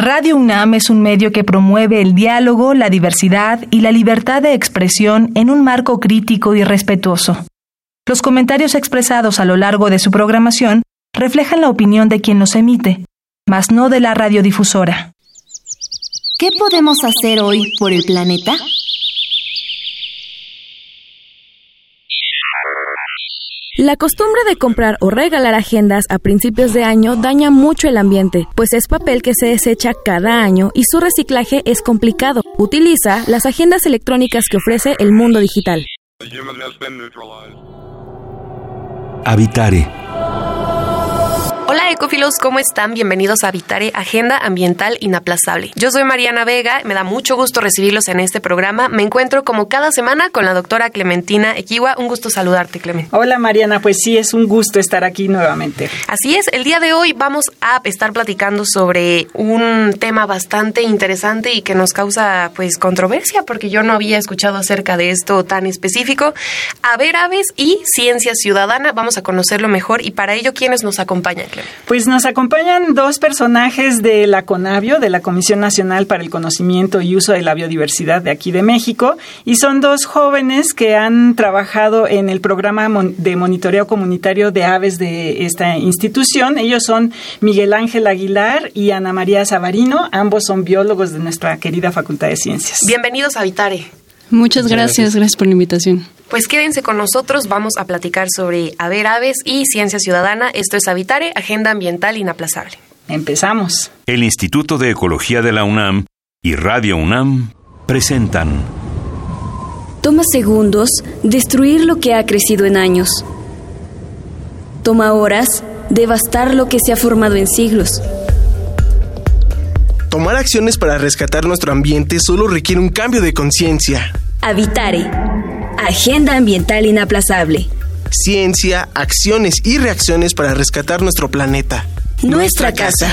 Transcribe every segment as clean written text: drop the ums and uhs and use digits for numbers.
Radio UNAM es un medio que promueve el diálogo, la diversidad y la libertad de expresión en un marco crítico y respetuoso. Los comentarios expresados a lo largo de su programación reflejan la opinión de quien los emite, mas no de la radiodifusora. ¿Qué podemos hacer hoy por el planeta? La costumbre de comprar o regalar agendas a principios de año daña mucho el ambiente, pues es papel que se desecha cada año y su reciclaje es complicado. Utiliza las agendas electrónicas que ofrece el mundo digital. Habitare. Hola ecófilos, ¿cómo están? Bienvenidos a Habitare, Agenda Ambiental Inaplazable. Yo soy Mariana Vega, me da mucho gusto recibirlos en este programa. Me encuentro como cada semana con la doctora Clementina Equiwa. Un gusto saludarte, Clemen. Hola Mariana, pues sí, es un gusto estar aquí nuevamente. Así es, el día de hoy vamos a estar platicando sobre un tema bastante interesante y que nos causa pues controversia, porque yo no había escuchado acerca de esto tan específico. Haber aves y ciencia ciudadana, vamos a conocerlo mejor y para ello, ¿quiénes nos acompañan? Pues nos acompañan dos personajes de la CONABIO, de la Comisión Nacional para el Conocimiento y Uso de la Biodiversidad de aquí de México, y son dos jóvenes que han trabajado en el programa de monitoreo comunitario de aves de esta institución. Ellos son Miguel Ángel Aguilar y Ana María Savarino, ambos son biólogos de nuestra querida Facultad de Ciencias. Bienvenidos a Habitare. Muchas gracias por la invitación. Pues quédense con nosotros, vamos a platicar sobre Haber aves y ciencia ciudadana. Esto es Habitare, Agenda Ambiental Inaplazable. Empezamos. El Instituto de Ecología de la UNAM y Radio UNAM presentan. Toma segundos destruir lo que ha crecido en años. Toma horas devastar lo que se ha formado en siglos. Tomar acciones para rescatar nuestro ambiente solo requiere un cambio de conciencia. Habitare, Agenda Ambiental Inaplazable. Ciencia, acciones y reacciones para rescatar nuestro planeta. Nuestra casa.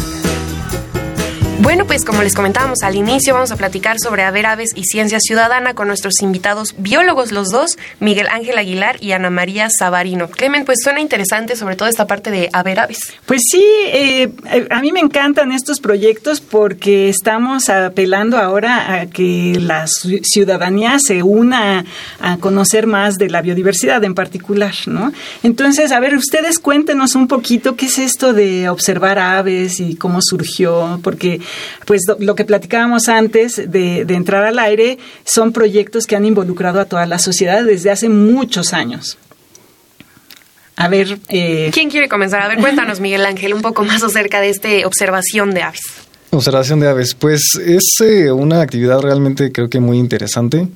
Bueno, pues como les comentábamos al inicio, vamos a platicar sobre Haber aves y ciencia ciudadana con nuestros invitados biólogos, los dos, Miguel Ángel Aguilar y Ana María Savarino. Clemen, pues suena interesante sobre todo esta parte de Haber aves. Pues sí, a mí me encantan estos proyectos porque estamos apelando ahora a que la ciudadanía se una a conocer más de la biodiversidad en particular, ¿no? Entonces, a ver, ustedes cuéntenos un poquito qué es esto de observar aves y cómo surgió, porque pues lo que platicábamos antes de entrar al aire son proyectos que han involucrado a toda la sociedad desde hace muchos años. A ver... ¿Quién quiere comenzar? A ver, cuéntanos, Miguel Ángel, un poco más acerca de esta observación de aves. Observación de aves, pues es una actividad realmente creo que muy interesante.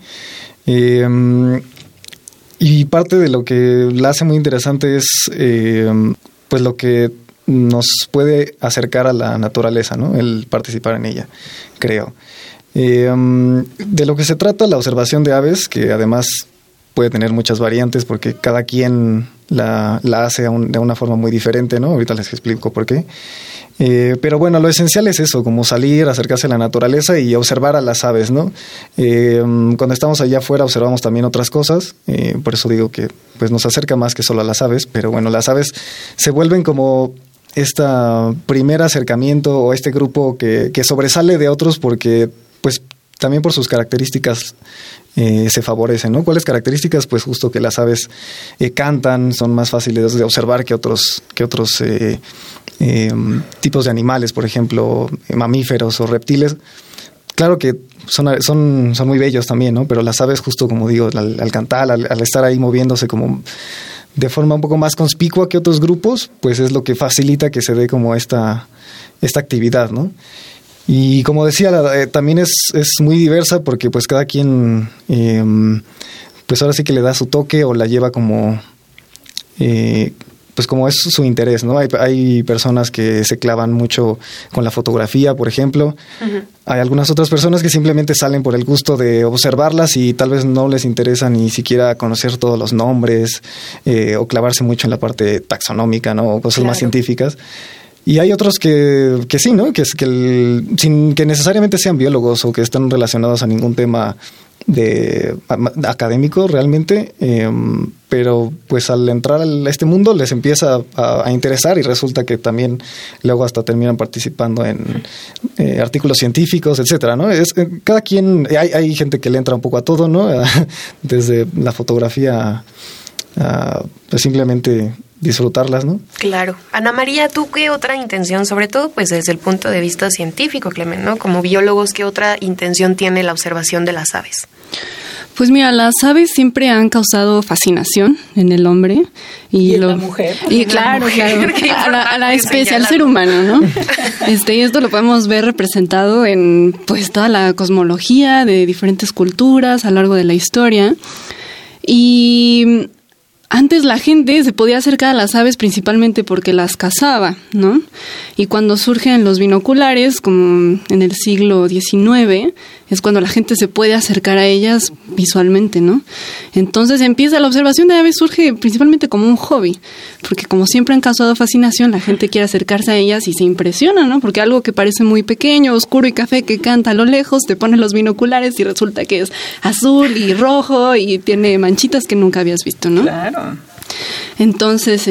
Y parte de lo que la hace muy interesante es pues lo que nos puede acercar a la naturaleza, ¿no? El participar en ella, creo. De lo que se trata la observación de aves, que además puede tener muchas variantes porque cada quien la hace de una forma muy diferente, ¿no? Ahorita les explico por qué. Pero bueno, lo esencial es eso, como salir, acercarse a la naturaleza y observar a las aves, ¿no? Cuando estamos allá afuera observamos también otras cosas, por eso digo que pues nos acerca más que solo a las aves, pero bueno, las aves se vuelven como este primer acercamiento o este grupo que sobresale de otros porque pues también por sus características se favorecen, ¿no? ¿Cuáles características? Pues justo que las aves cantan, son más fáciles de observar que otros tipos de animales, por ejemplo, mamíferos o reptiles. Claro que son muy bellos también, ¿no? Pero las aves, justo como digo, al cantar, al estar ahí moviéndose como de forma un poco más conspicua que otros grupos, pues es lo que facilita que se dé como esta actividad, ¿no? Y como decía, también es muy diversa porque pues cada quien pues ahora sí que le da su toque o la lleva como pues como es su interés, ¿no? Hay personas que se clavan mucho con la fotografía, por ejemplo. Uh-huh. Hay algunas otras personas que simplemente salen por el gusto de observarlas y tal vez no les interesa ni siquiera conocer todos los nombres o clavarse mucho en la parte taxonómica, ¿no? O cosas más científicas. Y hay otros que sí, ¿no? Sin que necesariamente sean biólogos o que están relacionados a ningún tema académico realmente, pero pues al entrar a este mundo les empieza a interesar y resulta que también luego hasta terminan participando en artículos científicos, etcétera, ¿no? Cada quien, hay gente que le entra un poco a todo, ¿no? Desde la fotografía pues simplemente disfrutarlas, ¿no? Claro. Ana María, ¿tú qué otra intención, sobre todo pues desde el punto de vista científico, Clemen, ¿no? Como biólogos, ¿qué otra intención tiene la observación de las aves? Pues mira, las aves siempre han causado fascinación en el hombre y en la mujer. Y claro, a la especie, al ser humano, ¿no? Y esto lo podemos ver representado en pues toda la cosmología de diferentes culturas a lo largo de la historia. Y antes la gente se podía acercar a las aves principalmente porque las cazaba, ¿no? Y cuando surgen los binoculares, como en el siglo XIX, es cuando la gente se puede acercar a ellas visualmente, ¿no? Entonces la observación de aves surge principalmente como un hobby, porque como siempre han causado fascinación, la gente quiere acercarse a ellas y se impresiona, ¿no? Porque algo que parece muy pequeño, oscuro y café que canta a lo lejos, te pones los binoculares y resulta que es azul y rojo y tiene manchitas que nunca habías visto, ¿no? Claro. Entonces,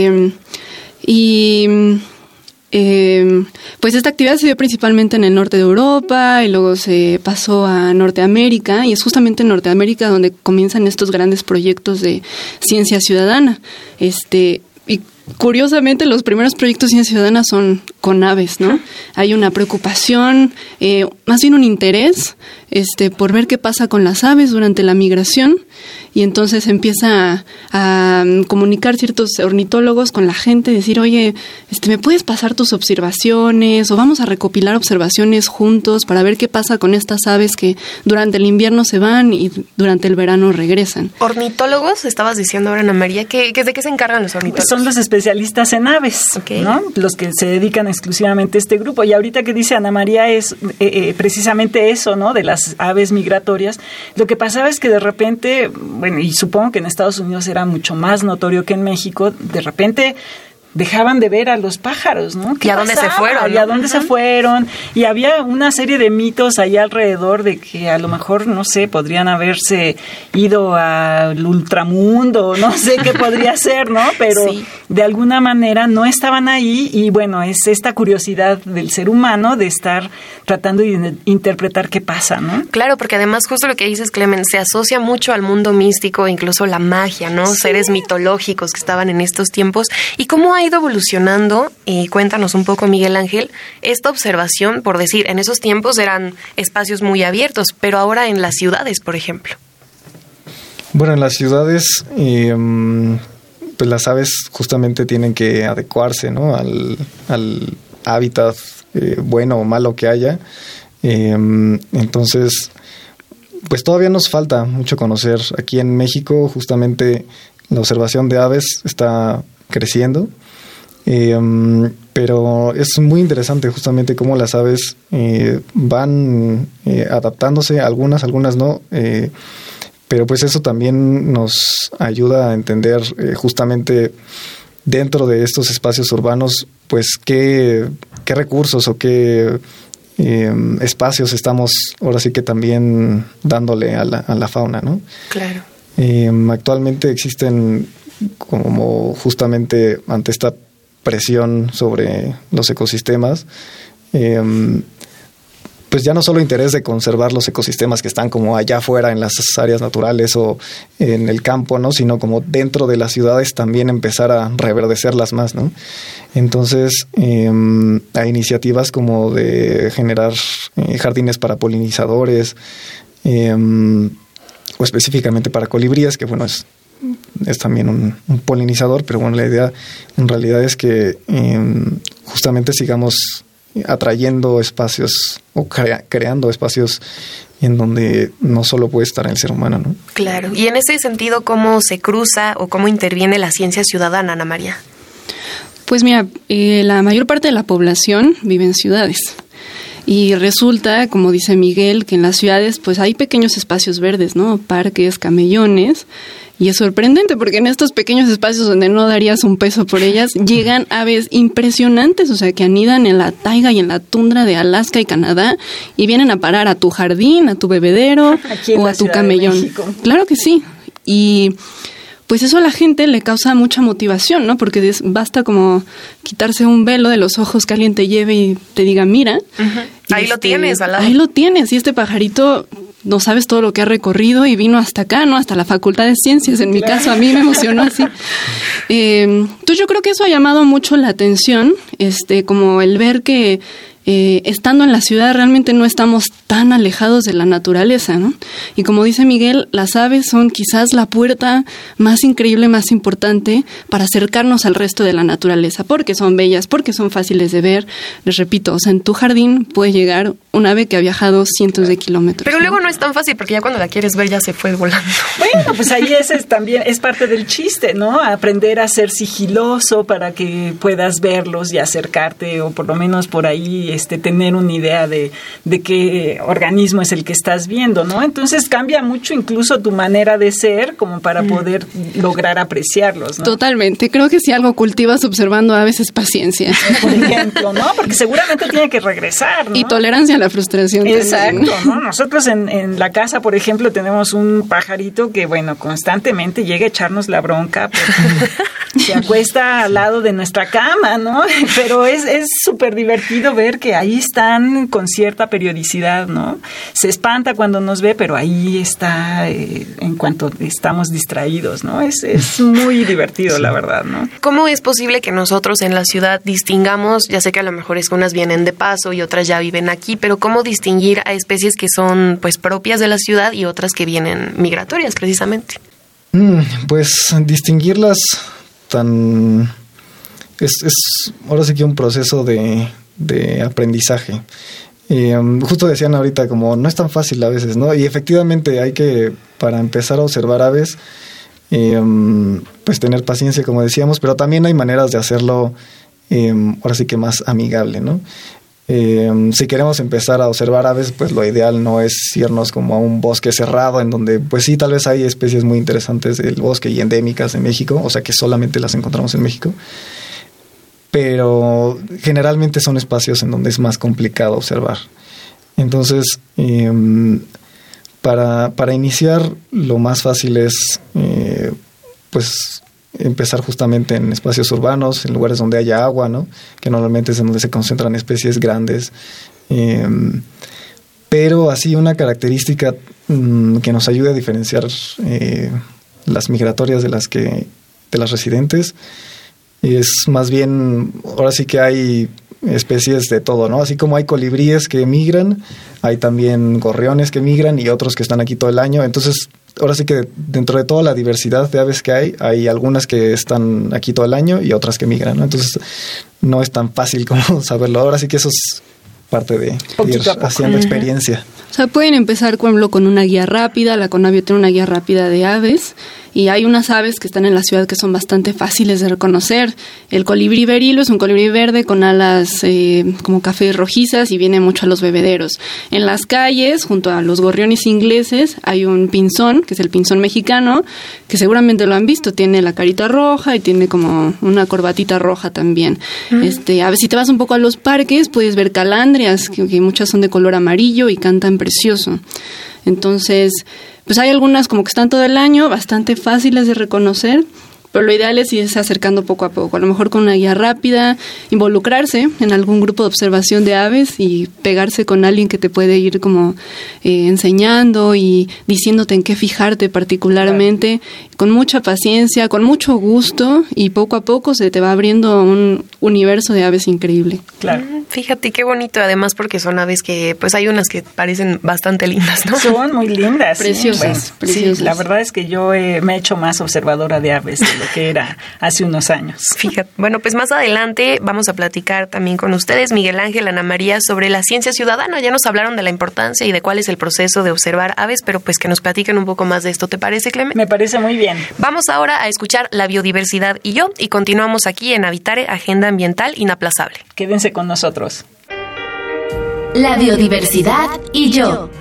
pues esta actividad se dio principalmente en el norte de Europa y luego se pasó a Norteamérica, y es justamente en Norteamérica donde comienzan estos grandes proyectos de ciencia ciudadana. Y curiosamente los primeros proyectos de ciencia ciudadana son con aves, ¿no? Hay una preocupación, más bien un interés por ver qué pasa con las aves durante la migración, y entonces empieza a comunicar ciertos ornitólogos con la gente, decir, oye, ¿me puedes pasar tus observaciones? O vamos a recopilar observaciones juntos para ver qué pasa con estas aves que durante el invierno se van y durante el verano regresan. ¿Ornitólogos? Estabas diciendo ahora, Ana María, ¿de qué se encargan los ornitólogos? Son los especialistas en aves, okay, ¿no? Los que se dedican exclusivamente a este grupo. Y ahorita que dice Ana María es precisamente eso, ¿no? De las aves migratorias. Lo que pasaba es que de repente, bueno, y supongo que en Estados Unidos era mucho más notorio que en México, de repente dejaban de ver a los pájaros, ¿no? ¿Y a dónde se fueron? ¿Y a dónde se fueron? Y había una serie de mitos allá alrededor de que a lo mejor, no sé, podrían haberse ido al ultramundo, no sé qué podría ser, ¿no? Pero sí, de alguna manera no estaban ahí, y bueno, es esta curiosidad del ser humano de estar tratando de interpretar qué pasa, ¿no? Claro, porque además justo lo que dices, Clemen, se asocia mucho al mundo místico, incluso la magia, ¿no? Sí. Seres mitológicos que estaban en estos tiempos. ¿Y cómo ha ido evolucionando? Cuéntanos un poco, Miguel Ángel, esta observación, por decir, en esos tiempos eran espacios muy abiertos, pero ahora en las ciudades, por ejemplo. Bueno, en las ciudades, pues las aves justamente tienen que adecuarse, ¿no? al hábitat bueno o malo que haya. Entonces, pues todavía nos falta mucho conocer. Aquí en México, justamente, la observación de aves está creciendo, pero es muy interesante justamente cómo las aves van adaptándose, algunas no, pero pues eso también nos ayuda a entender justamente dentro de estos espacios urbanos, pues qué recursos o qué espacios estamos ahora sí que también dándole a la fauna, ¿no? Claro. Actualmente existen, como justamente ante esta presión sobre los ecosistemas, pues ya no solo interés de conservar los ecosistemas que están como allá afuera en las áreas naturales o en el campo, ¿no? Sino como dentro de las ciudades también empezar a reverdecerlas más, ¿no? Entonces, hay iniciativas como de generar jardines para polinizadores, o específicamente para colibríes, que bueno, es también un polinizador, pero bueno, la idea en realidad es que justamente sigamos atrayendo espacios o creando espacios en donde no solo puede estar el ser humano, ¿no? Claro. Y en ese sentido, ¿cómo se cruza o cómo interviene la ciencia ciudadana, Ana María? Pues mira, la mayor parte de la población vive en ciudades. Y resulta, como dice Miguel, que en las ciudades pues hay pequeños espacios verdes, ¿no? Parques, camellones. Y es sorprendente porque en estos pequeños espacios donde no darías un peso por ellas, llegan aves impresionantes, o sea, que anidan en la taiga y en la tundra de Alaska y Canadá y vienen a parar a tu jardín, a tu bebedero o a tu camellón. Claro que sí. Y pues eso a la gente le causa mucha motivación, ¿no? Porque basta como quitarse un velo de los ojos que alguien te lleve y te diga, mira. Uh-huh. Ahí lo tienes, al lado. Ahí lo tienes. Y este pajarito, no sabes todo lo que ha recorrido y vino hasta acá, ¿no? Hasta la Facultad de Ciencias. En mi caso, a mí me emocionó así. Entonces yo creo que eso ha llamado mucho la atención, como el ver que estando en la ciudad realmente no estamos tan alejados de la naturaleza, ¿no? Y como dice Miguel, las aves son quizás la puerta más increíble, más importante para acercarnos al resto de la naturaleza, porque son bellas, porque son fáciles de ver. Les repito, o sea, en tu jardín puede llegar un ave que ha viajado cientos de kilómetros. Pero luego no es tan fácil, porque ya cuando la quieres ver ya se fue volando. Bueno, pues ahí también es parte del chiste, ¿no? Aprender a ser sigiloso para que puedas verlos y acercarte, o por lo menos por ahí tener una idea de qué organismo es el que estás viendo, ¿no? Entonces cambia mucho incluso tu manera de ser como para poder lograr apreciarlos, ¿no? Totalmente. Creo que si algo cultivas observando aves es paciencia. Por ejemplo, ¿no? Porque seguramente tiene que regresar, ¿no? Y tolerancia a la frustración. Exacto, también, ¿no? Nosotros en la casa, por ejemplo, tenemos un pajarito que, bueno, constantemente llega a echarnos la bronca porque se acuesta al lado de nuestra cama, ¿no? Pero es súper divertido ver que ahí están con cierta periodicidad, ¿no? Se espanta cuando nos ve, pero ahí está en cuanto estamos distraídos, ¿no? Es muy divertido, sí. La verdad, ¿no? ¿Cómo es posible que nosotros en la ciudad distingamos, ya sé que a lo mejor es que unas vienen de paso y otras ya viven aquí, pero cómo distinguir a especies que son pues propias de la ciudad y otras que vienen migratorias precisamente? Pues distinguirlas es ahora sí que un proceso de aprendizaje. Justo decían ahorita como no es tan fácil a veces, ¿no? Y efectivamente hay que, para empezar a observar aves, pues tener paciencia, como decíamos, pero también hay maneras de hacerlo ahora sí que más amigable, ¿no? Si queremos empezar a observar aves, pues lo ideal no es irnos como a un bosque cerrado en donde pues sí, tal vez hay especies muy interesantes del bosque y endémicas de México, o sea que solamente las encontramos en México, pero generalmente son espacios en donde es más complicado observar. Entonces, para iniciar, lo más fácil es pues empezar justamente en espacios urbanos, en lugares donde haya agua, ¿no? Que normalmente es en donde se concentran especies grandes. Pero así una característica que nos ayude a diferenciar las migratorias de las residentes es más bien, ahora sí que hay especies de todo, ¿no? Así como hay colibríes que migran, hay también gorriones que migran y otros que están aquí todo el año. Entonces, ahora sí que dentro de toda la diversidad de aves que hay algunas que están aquí todo el año y otras que migran, ¿no? Entonces, no es tan fácil como saberlo. Ahora sí que eso es parte de ir haciendo experiencia. O sea, pueden empezar, por ejemplo, con una guía rápida. La Conavio tiene una guía rápida de aves. Y hay unas aves que están en la ciudad que son bastante fáciles de reconocer. El colibrí berilo es un colibrí verde con alas como café rojizas y viene mucho a los bebederos. En las calles, junto a los gorriones ingleses, hay un pinzón, que es el pinzón mexicano, que seguramente lo han visto. Tiene la carita roja y tiene como una corbatita roja también. A ver, si te vas un poco a los parques, puedes ver calandrias, que muchas son de color amarillo y cantan precioso. Entonces, pues hay algunas como que están todo el año, bastante fáciles de reconocer, pero lo ideal es irse acercando poco a poco, a lo mejor con una guía rápida, involucrarse en algún grupo de observación de aves y pegarse con alguien que te puede ir como enseñando y diciéndote en qué fijarte particularmente, con mucha paciencia, con mucho gusto, y poco a poco se te va abriendo un universo de aves increíble. Claro. Fíjate qué bonito, además porque son aves que, pues hay unas que parecen bastante lindas, ¿no? Son muy lindas. Preciosas, bueno, preciosas. Sí, la verdad es que yo me he hecho más observadora de aves de lo que era hace unos años. Fíjate, bueno, pues más adelante vamos a platicar también con ustedes, Miguel Ángel, Ana María, sobre la ciencia ciudadana. Ya nos hablaron de la importancia y de cuál es el proceso de observar aves, pero pues que nos platiquen un poco más de esto. ¿Te parece, Clemen? Me parece muy bien. Vamos ahora a escuchar La biodiversidad y yo, y continuamos aquí en Habitare, Agenda Ambiental Inaplazable. Quédense con nosotros. La biodiversidad y yo.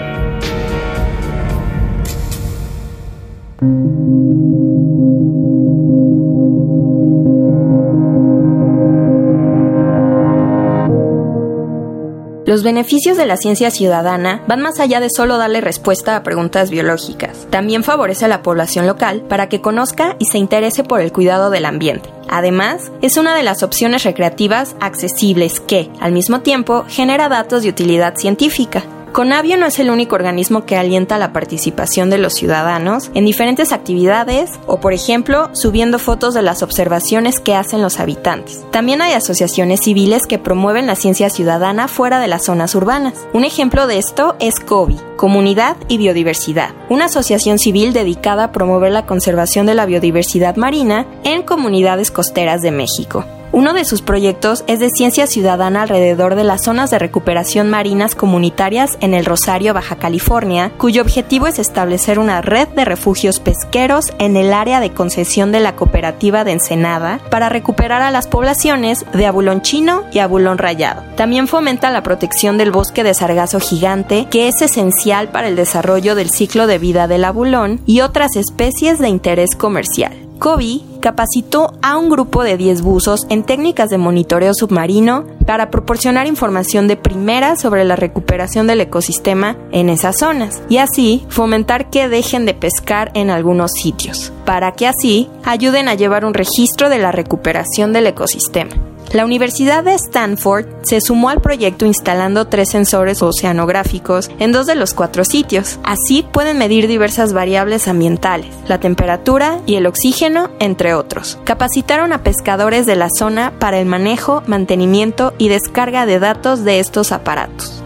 Los beneficios de la ciencia ciudadana van más allá de solo darle respuesta a preguntas biológicas. También favorece a la población local para que conozca y se interese por el cuidado del ambiente. Además, es una de las opciones recreativas accesibles que, al mismo tiempo, genera datos de utilidad científica. Conavio no es el único organismo que alienta la participación de los ciudadanos en diferentes actividades o, por ejemplo, subiendo fotos de las observaciones que hacen los habitantes. También hay asociaciones civiles que promueven la ciencia ciudadana fuera de las zonas urbanas. Un ejemplo de esto es COBI, Comunidad y Biodiversidad, una asociación civil dedicada a promover la conservación de la biodiversidad marina en comunidades costeras de México. Uno de sus proyectos es de ciencia ciudadana alrededor de las zonas de recuperación marinas comunitarias en el Rosario, Baja California, cuyo objetivo es establecer una red de refugios pesqueros en el área de concesión de la cooperativa de Ensenada para recuperar a las poblaciones de abulón chino y abulón rayado. También fomenta la protección del bosque de sargazo gigante, que es esencial para el desarrollo del ciclo de vida del abulón y otras especies de interés comercial. COBI capacitó a un grupo de 10 buzos en técnicas de monitoreo submarino para proporcionar información de primera sobre la recuperación del ecosistema en esas zonas y así fomentar que dejen de pescar en algunos sitios, para que así ayuden a llevar un registro de la recuperación del ecosistema. La Universidad de Stanford se sumó al proyecto instalando 3 sensores oceanográficos en 2 de los 4 sitios. Así pueden medir diversas variables ambientales, la temperatura y el oxígeno, entre otros. Capacitaron a pescadores de la zona para el manejo, mantenimiento y descarga de datos de estos aparatos.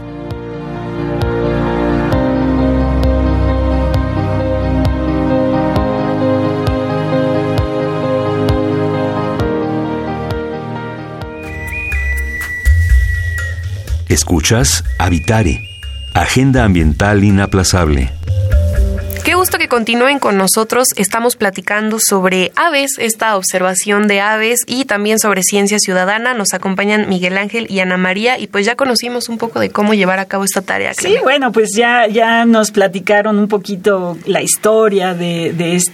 Escuchas Habitare, Agenda Ambiental Inaplazable. Qué gusto que continúen con nosotros. Estamos platicando sobre aves, esta observación de aves y también sobre ciencia ciudadana. Nos acompañan Miguel Ángel y Ana María y pues ya conocimos un poco de cómo llevar a cabo esta tarea. Sí, bueno, pues ya nos platicaron un poquito la historia de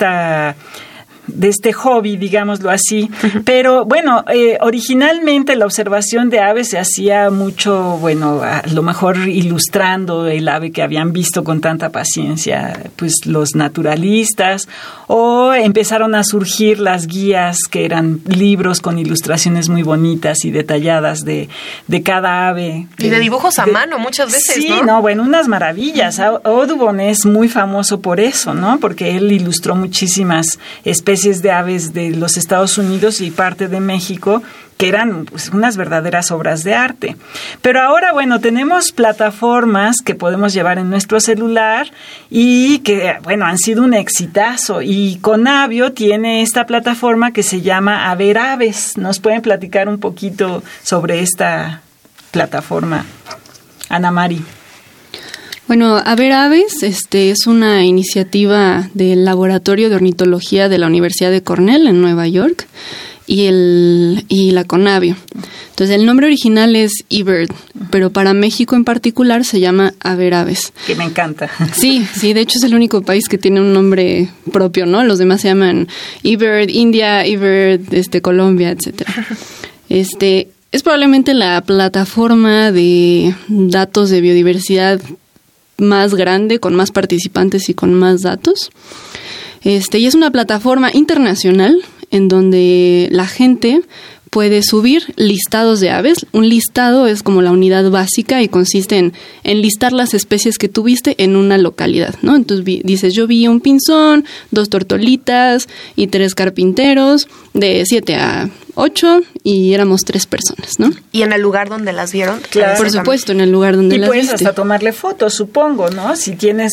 este hobby, digámoslo así. Pero bueno, originalmente la observación de aves se hacía mucho, bueno, a lo mejor ilustrando el ave que habían visto con tanta paciencia, pues los naturalistas, o empezaron a surgir las guías que eran libros con ilustraciones muy bonitas y detalladas de cada ave. Y de dibujos a mano muchas veces, sí, ¿no? No, bueno, unas maravillas. Audubon es muy famoso por eso, ¿no? Porque él ilustró muchísimas especies de aves de los Estados Unidos y parte de México que eran pues unas verdaderas obras de arte. Pero ahora, bueno, tenemos plataformas que podemos llevar en nuestro celular y que, bueno, han sido un exitazo. Y Conavio tiene esta plataforma que se llama A Ver Aves. ¿Nos pueden platicar un poquito sobre esta plataforma, Ana Mari? Bueno, A Ver Aves es una iniciativa del Laboratorio de Ornitología de la Universidad de Cornell en Nueva York y la Conavio. Entonces, el nombre original es eBird, pero para México en particular se llama A Ver Aves. Que me encanta. Sí, de hecho es el único país que tiene un nombre propio, ¿no? Los demás se llaman eBird India, eBird Colombia, etcétera. Es probablemente la plataforma de datos de biodiversidad más grande, con más participantes y con más datos. Y es una plataforma internacional en donde la gente puede subir listados de aves. Un listado es como la unidad básica y consiste en listar las especies que tuviste en una localidad, ¿no? Entonces dices, yo vi un pinzón, 2 tortolitas y 3 carpinteros de 7 a 8 y éramos 3 personas, ¿no? ¿Y en el lugar donde las vieron? Claro. Por supuesto, en el lugar donde las viste. Y puedes hasta tomarle fotos, supongo, ¿no? Si tienes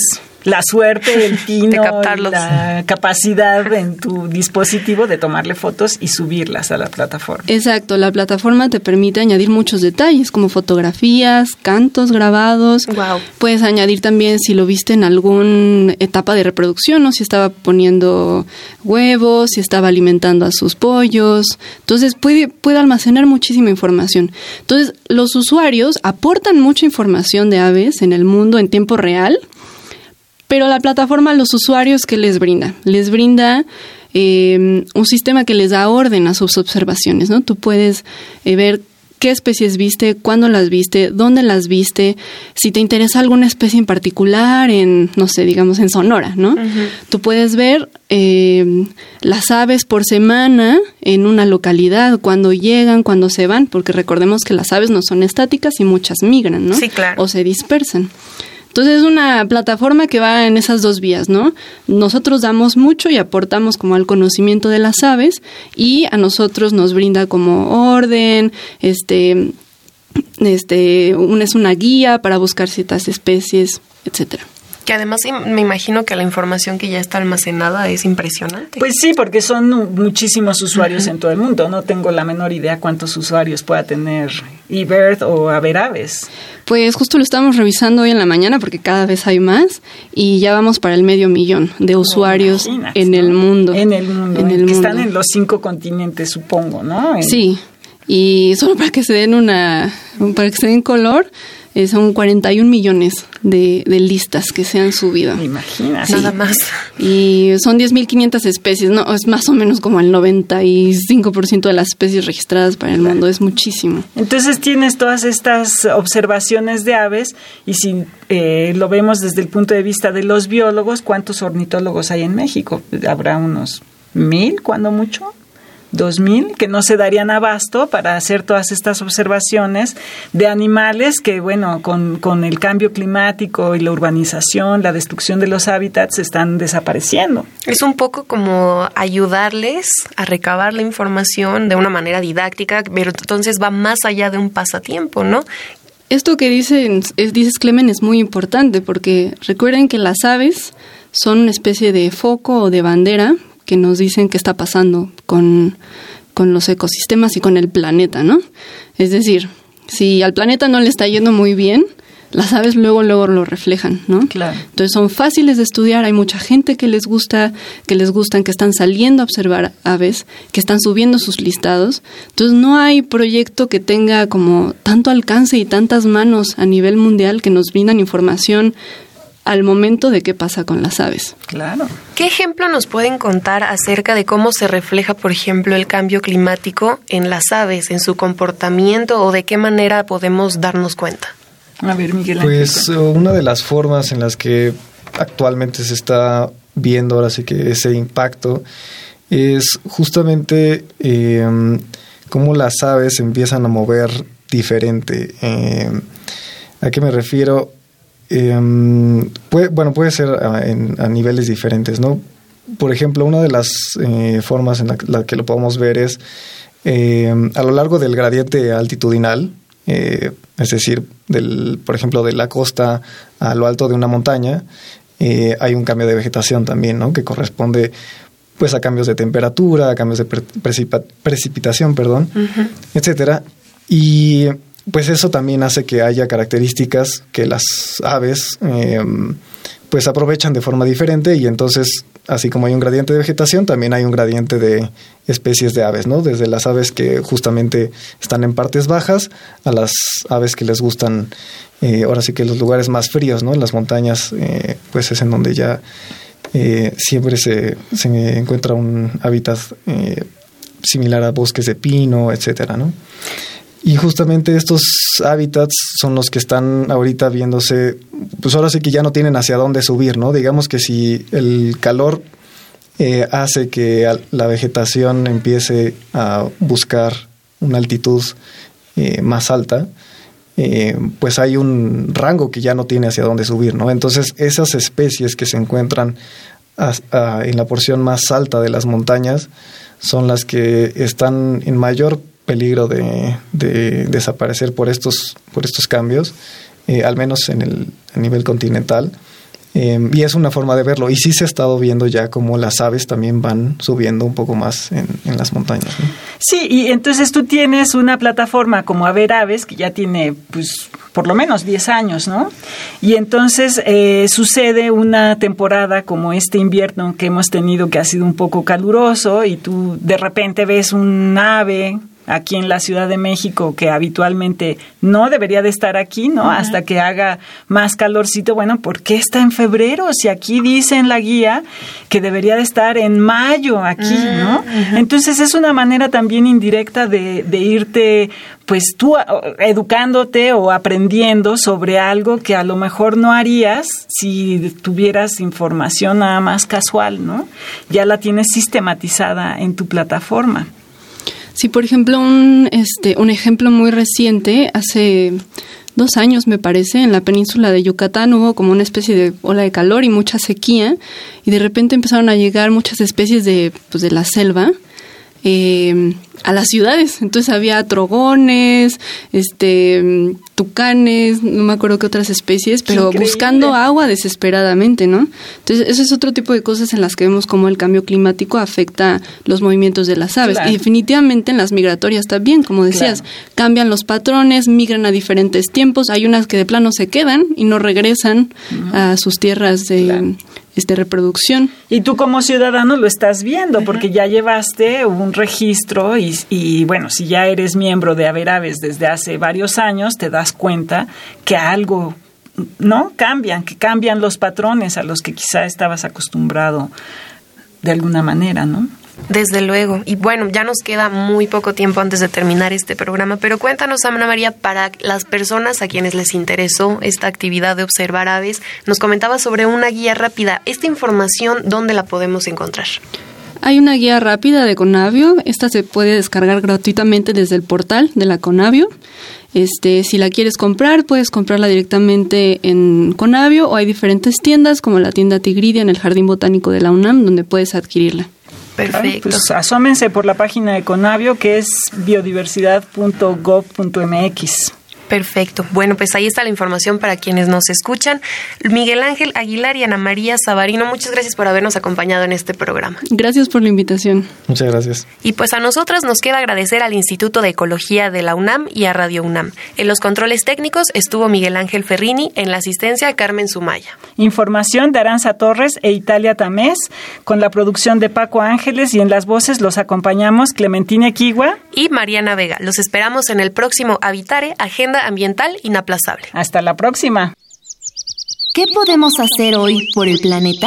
la suerte, el tino, la capacidad en tu dispositivo de tomarle fotos y subirlas a la plataforma. Exacto, la plataforma te permite añadir muchos detalles como fotografías, cantos grabados. Wow. Puedes añadir también si lo viste en alguna etapa de reproducción, ¿no? Si estaba poniendo huevos, si estaba alimentando a sus pollos. Entonces puede almacenar muchísima información. Entonces los usuarios aportan mucha información de aves en el mundo en tiempo real. Pero la plataforma a los usuarios, ¿qué les brinda? Les brinda un sistema que les da orden a sus observaciones, ¿no? Tú puedes ver qué especies viste, cuándo las viste, dónde las viste, si te interesa alguna especie en particular en, no sé, digamos en Sonora, ¿no? Uh-huh. Tú puedes ver las aves por semana en una localidad, cuándo llegan, cuándo se van, porque recordemos que las aves no son estáticas y muchas migran, ¿no? Sí, claro. O se dispersan. Entonces es una plataforma que va en esas dos vías, ¿no? Nosotros damos mucho y aportamos como al conocimiento de las aves y a nosotros nos brinda como orden, es una guía para buscar ciertas especies, etcétera. Que además me imagino que la información que ya está almacenada es impresionante. Pues sí, porque son muchísimos usuarios en todo el mundo. No tengo la menor idea cuántos usuarios pueda tener eBird o Averaves. Pues justo lo estamos revisando hoy en la mañana porque cada vez hay más y ya vamos para el 500,000 de usuarios en el mundo. En el mundo. Que están en los 5 continentes, supongo, ¿no? Sí, y solo para que se den para que se den color, son 41 millones de listas que se han subido. Imagínate. Sí. Nada más. Y son 10.500 especies, ¿no? Es más o menos como el 95% de las especies registradas para el mundo. Es muchísimo. Entonces tienes todas estas observaciones de aves y si lo vemos desde el punto de vista de los biólogos, ¿cuántos ornitólogos hay en México? ¿Habrá unos 1,000, cuando mucho? 2,000 que no se darían abasto para hacer todas estas observaciones de animales que, bueno, con el cambio climático y la urbanización, la destrucción de los hábitats, están desapareciendo. Es un poco como ayudarles a recabar la información de una manera didáctica, pero entonces va más allá de un pasatiempo, ¿no? Esto que dices, Clemen, es muy importante porque recuerden que las aves son una especie de foco o de bandera que nos dicen qué está pasando con los ecosistemas y con el planeta, ¿no? Es decir, si al planeta no le está yendo muy bien, las aves luego lo reflejan, ¿no? Claro. Entonces son fáciles de estudiar, hay mucha gente que les gustan, que están saliendo a observar aves, que están subiendo sus listados. Entonces no hay proyecto que tenga como tanto alcance y tantas manos a nivel mundial que nos brindan información al momento de qué pasa con las aves. Claro. ¿Qué ejemplo nos pueden contar acerca de cómo se refleja, por ejemplo, el cambio climático en las aves, en su comportamiento o de qué manera podemos darnos cuenta? A ver, Miguel Ángel. Pues una de las formas en las que actualmente se está viendo ahora sí que ese impacto es justamente cómo las aves empiezan a mover diferente. ¿A qué me refiero? Puede ser a niveles diferentes, ¿no? Por ejemplo, una de las formas en la que lo podemos ver es a lo largo del gradiente altitudinal, es decir, por ejemplo, de la costa a lo alto de una montaña, hay un cambio de vegetación también, ¿no? Que corresponde pues a cambios de temperatura, a cambios de precipitación, uh-huh, etcétera. Y pues eso también hace que haya características que las aves pues aprovechan de forma diferente y entonces, así como hay un gradiente de vegetación, también hay un gradiente de especies de aves, ¿no? Desde las aves que justamente están en partes bajas a las aves que les gustan, ahora sí que los lugares más fríos, ¿no? Las montañas, pues es en donde ya siempre se encuentra un hábitat similar a bosques de pino, etcétera, ¿no? Y justamente estos hábitats son los que están ahorita viéndose, pues ahora sí que ya no tienen hacia dónde subir, ¿no? Digamos que si el calor hace que la vegetación empiece a buscar una altitud más alta, pues hay un rango que ya no tiene hacia dónde subir, ¿no? Entonces esas especies que se encuentran en la porción más alta de las montañas son las que están en mayor peligro de desaparecer por estos cambios, al menos a nivel continental. Y es una forma de verlo. Y sí se ha estado viendo ya como las aves también van subiendo un poco más en las montañas, ¿no? Sí, y entonces tú tienes una plataforma como A Ver Aves, que ya tiene, pues, por lo menos 10 años, ¿no? Y entonces sucede una temporada como este invierno que hemos tenido, que ha sido un poco caluroso, y tú de repente ves un ave aquí en la Ciudad de México que habitualmente no debería de estar aquí, ¿no? Hasta que haga más calorcito. Bueno, ¿por qué está en febrero? Si aquí dice en la guía que debería de estar en mayo aquí, ¿no? Entonces es una manera también indirecta de irte, pues tú educándote o aprendiendo sobre algo que a lo mejor no harías si tuvieras información nada más casual, ¿no? Ya la tienes sistematizada en tu plataforma. Sí, por ejemplo, un ejemplo muy reciente, hace 2 años me parece, en la península de Yucatán hubo como una especie de ola de calor y mucha sequía, y de repente empezaron a llegar muchas especies de la selva a las ciudades. Entonces había trogones, tucanes, no me acuerdo qué otras especies, pero buscando agua desesperadamente, ¿no? Entonces eso es otro tipo de cosas en las que vemos cómo el cambio climático afecta los movimientos de las aves. Claro. Y definitivamente en las migratorias también, como decías, cambian los patrones, migran a diferentes tiempos. Hay unas que de plano se quedan y no regresan a sus tierras de reproducción. Y tú como ciudadano lo estás viendo, porque ya llevaste un registro y bueno, si ya eres miembro de A Ver Aves desde hace varios años, te das cuenta que algo, ¿no? Que cambian los patrones a los que quizá estabas acostumbrado de alguna manera, ¿no? Desde luego. Y bueno, ya nos queda muy poco tiempo antes de terminar este programa, pero cuéntanos, Ana María, para las personas a quienes les interesó esta actividad de observar aves, nos comentabas sobre una guía rápida. ¿Esta información dónde la podemos encontrar? Hay una guía rápida de Conavio. Esta se puede descargar gratuitamente desde el portal de la Conavio. Si la quieres comprar, puedes comprarla directamente en Conavio, o hay diferentes tiendas como la tienda Tigridia en el Jardín Botánico de la UNAM, donde puedes adquirirla. Perfecto. Pues asómense por la página de Conavio, que es biodiversidad.gov.mx. Perfecto. Bueno, pues ahí está la información para quienes nos escuchan. Miguel Ángel Aguilar y Ana María Savarino, muchas gracias por habernos acompañado en este programa. Gracias por la invitación. Muchas gracias. Y pues a nosotras nos queda agradecer al Instituto de Ecología de la UNAM y a Radio UNAM. En los controles técnicos estuvo Miguel Ángel Ferrini, en la asistencia Carmen Sumaya. Información de Aranza Torres e Italia Tamés, con la producción de Paco Ángeles, y en las voces los acompañamos Clementina Equigua y Mariana Vega. Los esperamos en el próximo Habitare, Agenda Ambiental Inaplazable. Hasta la próxima. ¿Qué podemos hacer hoy por el planeta?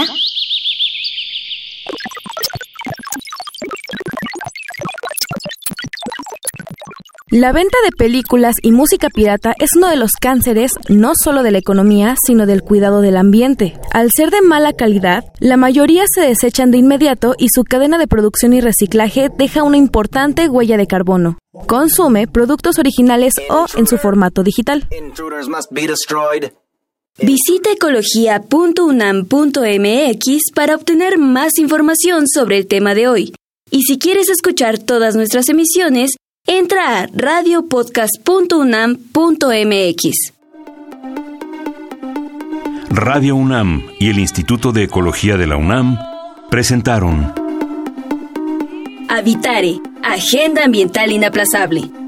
La venta de películas y música pirata es uno de los cánceres no solo de la economía, sino del cuidado del ambiente. Al ser de mala calidad, la mayoría se desechan de inmediato y su cadena de producción y reciclaje deja una importante huella de carbono. Consume productos originales o en su formato digital. Visita ecología.unam.mx para obtener más información sobre el tema de hoy. Y si quieres escuchar todas nuestras emisiones, entra a radiopodcast.unam.mx. Radio UNAM y el Instituto de Ecología de la UNAM presentaron Habitare, Agenda Ambiental Inaplazable.